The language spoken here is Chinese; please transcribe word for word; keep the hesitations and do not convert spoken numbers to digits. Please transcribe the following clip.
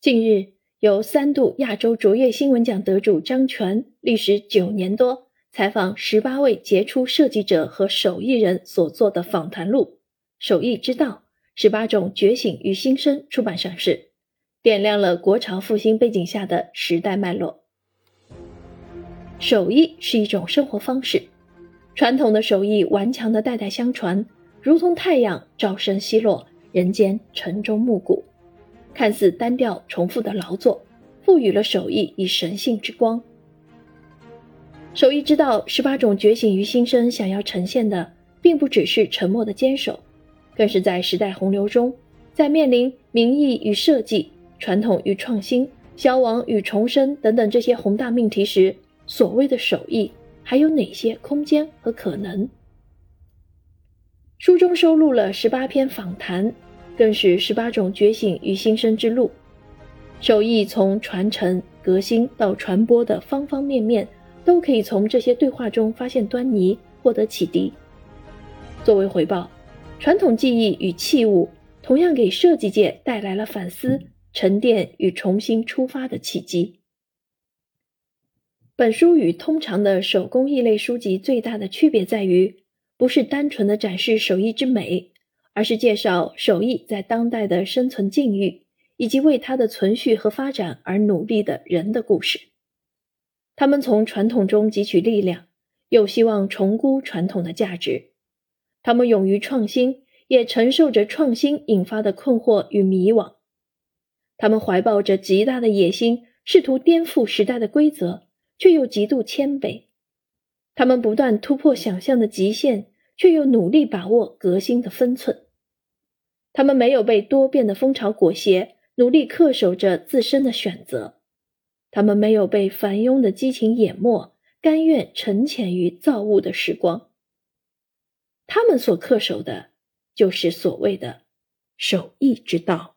近日，由三度亚洲卓越新闻奖得主张全历时九年多采访十八位杰出设计者和手艺人所做的访谈录《手艺之道：十八种觉醒与新生》出版上市，点亮了国潮复兴背景下的时代脉络。手艺是一种生活方式，传统的手艺顽强的代代相传，如同太阳朝升夕落，人间晨钟暮鼓。看似单调重复的劳作，赋予了手艺以神性之光。手艺之道十八种觉醒与新生想要呈现的，并不只是沉默的坚守，更是在时代洪流中，在面临民意与设计、传统与创新、消亡与重生等等这些宏大命题时，所谓的手艺还有哪些空间和可能？书中收录了十八篇访谈，更是十八种觉醒与新生之路。手艺从传承、革新到传播的方方面面，都可以从这些对话中发现端倪，获得启迪。作为回报，传统技艺与器物同样给设计界带来了反思、沉淀与重新出发的契机。本书与通常的手工艺类书籍最大的区别在于，不是单纯的展示手艺之美，而是介绍手艺在当代的生存境遇，以及为它的存续和发展而努力的人的故事。他们从传统中汲取力量，又希望重估传统的价值。他们勇于创新，也承受着创新引发的困惑与迷惘。他们怀抱着极大的野心，试图颠覆时代的规则，却又极度谦卑。他们不断突破想象的极限，却又努力把握革新的分寸。他们没有被多变的风潮裹挟，努力恪守着自身的选择。他们没有被繁庸的激情淹没，甘愿沉潜于造物的时光。他们所恪守的，就是所谓的手艺之道。